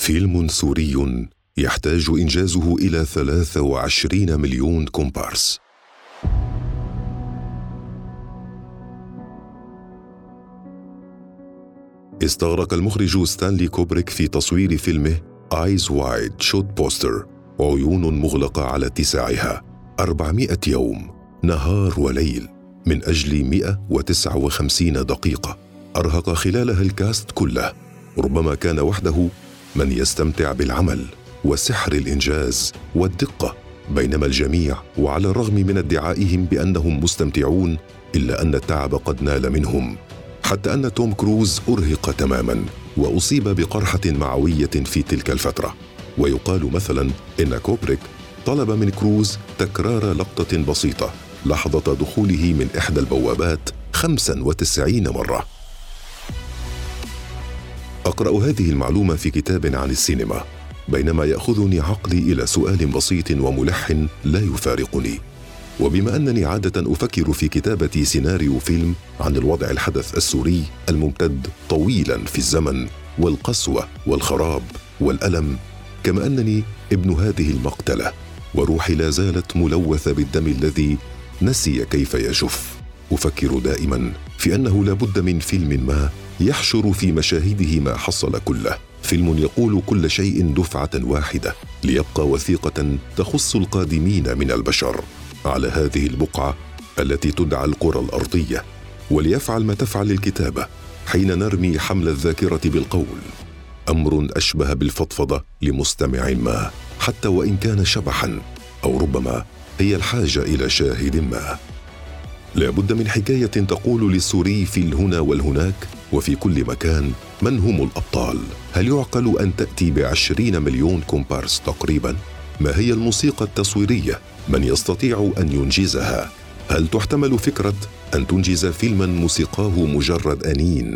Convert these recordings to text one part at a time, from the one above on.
فيلم سوري يحتاج إنجازه إلى 23 مليون كومبارس. استغرق المخرج ستانلي كوبريك في تصوير فيلمه Eyes Wide Shut Poster عيون مغلقة على اتساعها 400 يوم نهار وليل من أجل 159 دقيقة أرهق خلالها الكاست كله. ربما كان وحده من يستمتع بالعمل وسحر الإنجاز والدقة، بينما الجميع وعلى الرغم من ادعائهم بأنهم مستمتعون إلا أن التعب قد نال منهم، حتى أن توم كروز أرهق تماماً وأصيب بقرحة معوية في تلك الفترة. ويقال مثلاً إن كوبريك طلب من كروز تكرار لقطة بسيطة لحظة دخوله من إحدى البوابات 95 مرة. أقرأ هذه المعلومة في كتاب عن السينما بينما يأخذني عقلي إلى سؤال بسيط وملح لا يفارقني. وبما أنني عادة أفكر في كتابة سيناريو فيلم عن الوضع الحدث السوري الممتد طويلا في الزمن والقسوة والخراب والألم، كما أنني ابن هذه المقتلة وروحي لا زالت ملوثة بالدم الذي نسي كيف يجف، أفكر دائما في أنه لا بد من فيلم ما يحشر في مشاهده ما حصل كله، فيلم يقول كل شيء دفعة واحدة ليبقى وثيقة تخص القادمين من البشر على هذه البقعة التي تدعى القرى الأرضية، وليفعل ما تفعل الكتابة حين نرمي حمل الذاكرة بالقول، أمر أشبه بالفضفضة لمستمع ما حتى وإن كان شبحا، أو ربما هي الحاجة إلى شاهد ما. لا بد من حكاية تقول للسوري في الهنا والهناك وفي كل مكان من هم الأبطال. هل يعقل أن تأتي ب20 مليون كومبارس تقريبا؟ ما هي الموسيقى التصويرية؟ من يستطيع أن ينجزها؟ هل تحتمل فكرة أن تنجز فيلما موسيقاه مجرد أنين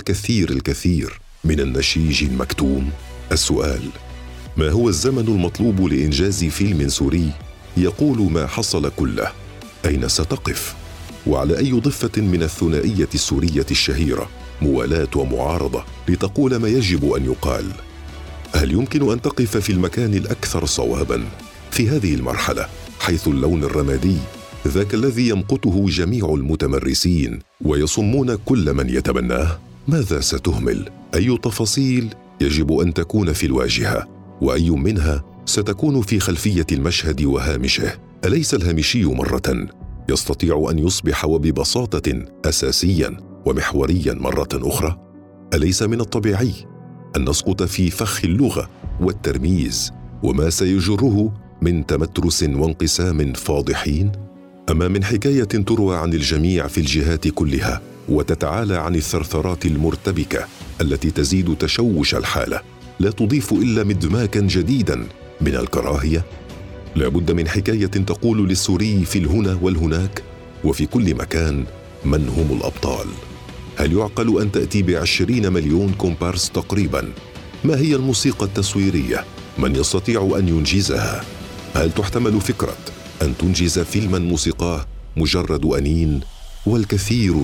والكثير من النشيج المكتوم؟ السؤال: ما هو الزمن المطلوب لإنجاز فيلم سوري يقول ما حصل كله؟ أين ستقف؟ وعلى أي ضفة من الثنائية السورية الشهيرة موالاة ومعارضة لتقول ما يجب أن يقال؟ هل يمكن أن تقف في المكان الأكثر صواباً في هذه المرحلة، حيث اللون الرمادي ذاك الذي يمقته جميع المتمرسين ويصمون كل من يتبناه؟ ماذا ستهمل؟ أي تفاصيل يجب أن تكون في الواجهة؟ وأي منها ستكون في خلفية المشهد وهامشه؟ أليس الهامشي مرة يستطيع أن يصبح وببساطة أساسياً ومحورياً مرة أخرى؟ أليس من الطبيعي أن نسقط في فخ اللغة والترميز وما سيجره من تمترس وانقسام فاضحين؟ أما من حكاية تروى عن الجميع في الجهات كلها وتتعالى عن الثرثرات المرتبكة التي تزيد تشوش الحالة، لا تضيف إلا مدماكا جديدا من الكراهية؟ لا بد من حكاية تقول للسوري في الهنا والهناك وفي كل مكان من هم الأبطال. هل يعقل أن تأتي ب20 مليون كومبارس تقريبا؟ ما هي الموسيقى التصويرية؟ من يستطيع أن ينجزها؟ هل تحتمل فكرة أن تنجز فيلما موسيقاه مجرد أنين والكثير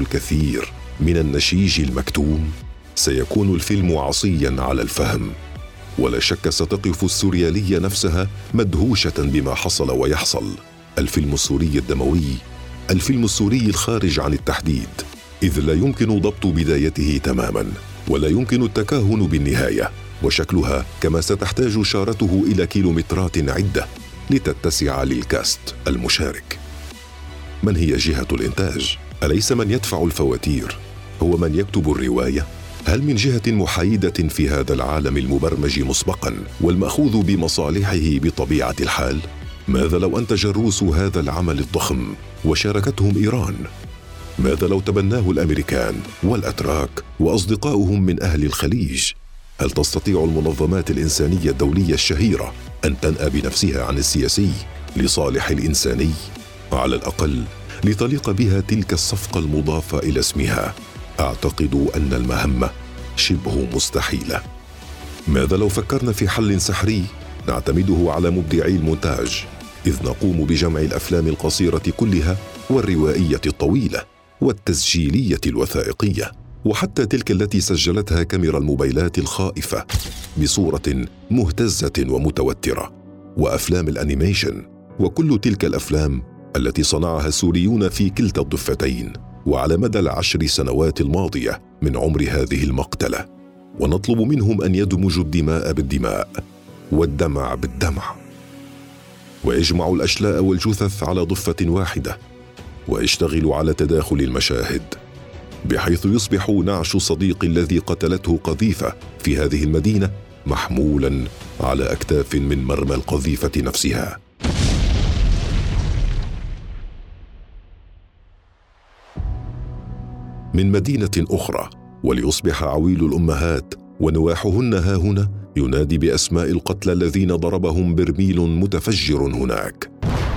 من النشيج المكتوم؟ سيكون الفيلم عصيا على الفهم، ولا شك ستقف السوريالية نفسها مدهوشة بما حصل ويحصل. الفيلم السوري الدموي، الفيلم السوري الخارج عن التحديد، إذ لا يمكن ضبط بدايته تماما ولا يمكن التكهن بالنهاية، وشكلها كما ستحتاج شارته إلى كيلومترات عدة لتتسع للكاست المشارك. من هي جهة الإنتاج؟ أليس من يدفع الفواتير هو من يكتب الرواية؟ هل من جهة محايدة في هذا العالم المبرمج مسبقا والمأخوذ بمصالحه بطبيعة الحال؟ ماذا لو أنتج الروس هذا العمل الضخم وشاركتهم إيران؟ ماذا لو تبناه الأمريكان والأتراك وأصدقاؤهم من أهل الخليج؟ هل تستطيع المنظمات الإنسانية الدولية الشهيرة أن تنأى بنفسها عن السياسي لصالح الإنساني؟ على الأقل لتليق بها تلك الصفقة المضافة إلى اسمها. أعتقد أن المهمة شبه مستحيلة. ماذا لو فكرنا في حل سحري نعتمده على مبدعي المونتاج، إذ نقوم بجمع الأفلام القصيرة كلها والروائية الطويلة والتسجيلية الوثائقية وحتى تلك التي سجلتها كاميرا الموبايلات الخائفة بصورة مهتزة ومتوترة، وأفلام الأنيميشن، وكل تلك الأفلام التي صنعها السوريون في كلتا الضفتين وعلى مدى 10 سنوات الماضية من عمر هذه المقتلة. ونطلب منهم أن يدمجوا الدماء بالدماء والدمع بالدمع، ويجمعوا الأشلاء والجثث على ضفة واحدة، ويشتغلوا على تداخل المشاهد بحيث يصبح نعش صديق الذي قتلته قذيفة في هذه المدينة محمولا على أكتاف من مرمى القذيفة نفسها. من مدينة أخرى، وليصبح عويل الأمهات ونواحهن هاهنا ينادي بأسماء القتلى الذين ضربهم برميل متفجر هناك.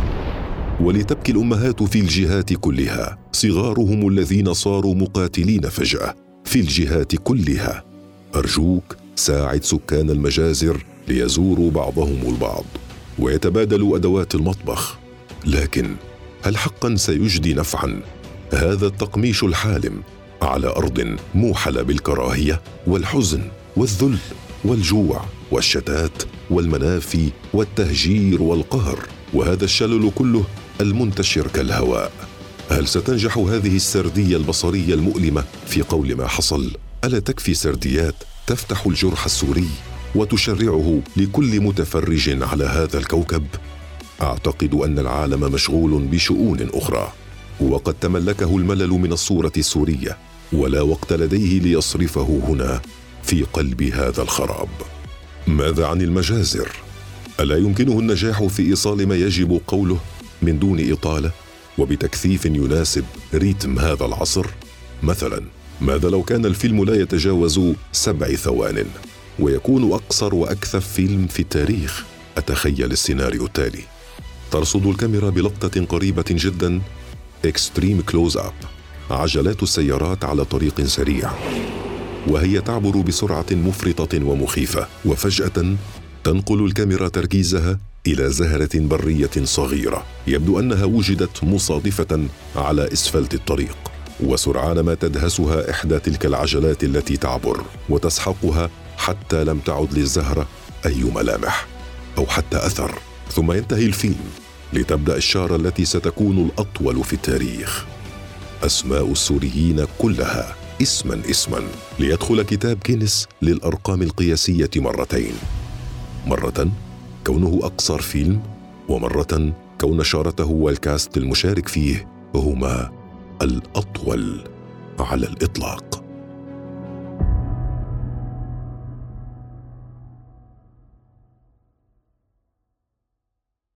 ولتبكي الأمهات في الجهات كلها، صغارهم الذين صاروا مقاتلين فجأة في الجهات كلها. أرجوك ساعد سكان المجازر ليزوروا بعضهم البعض ويتبادلوا أدوات المطبخ. لكن هل حقا سيجدي نفعا هذا التقميش الحالم على أرض موحلة بالكراهية والحزن والذل والجوع والشتات والمنافي والتهجير والقهر، وهذا الشلل كله المنتشر كالهواء؟ هل ستنجح هذه السردية البصرية المؤلمة في قول ما حصل؟ ألا تكفي سرديات تفتح الجرح السوري وتشرعه لكل متفرج على هذا الكوكب؟ أعتقد أن العالم مشغول بشؤون أخرى، وقد تملكه الملل من الصورة السورية، ولا وقت لديه ليصرفه هنا في قلب هذا الخراب. ماذا عن المجازر؟ ألا يمكنه النجاح في إيصال ما يجب قوله من دون إطالة وبتكثيف يناسب ريتم هذا العصر؟ مثلا، ماذا لو كان الفيلم لا يتجاوز 7 ثوان ويكون أقصر وأكثف فيلم في التاريخ؟ أتخيل السيناريو التالي: ترصد الكاميرا بلقطة قريبة جدا اكستريم كلوز اب عجلات السيارات على طريق سريع وهي تعبر بسرعة مفرطة ومخيفة، وفجأة تنقل الكاميرا تركيزها إلى زهرة برية صغيرة يبدو أنها وجدت مصادفة على إسفلت الطريق، وسرعان ما تدهسها إحدى تلك العجلات التي تعبر وتسحقها حتى لم تعد للزهرة أي ملامح أو حتى أثر. ثم ينتهي الفيلم لتبدأ الشارة التي ستكون الأطول في التاريخ. أسماء السوريين كلها اسما ليدخل كتاب جينيس للأرقام القياسية مرة كونه أقصر فيلم، ومرة كون شارته والكاست المشارك فيه هما الأطول على الإطلاق.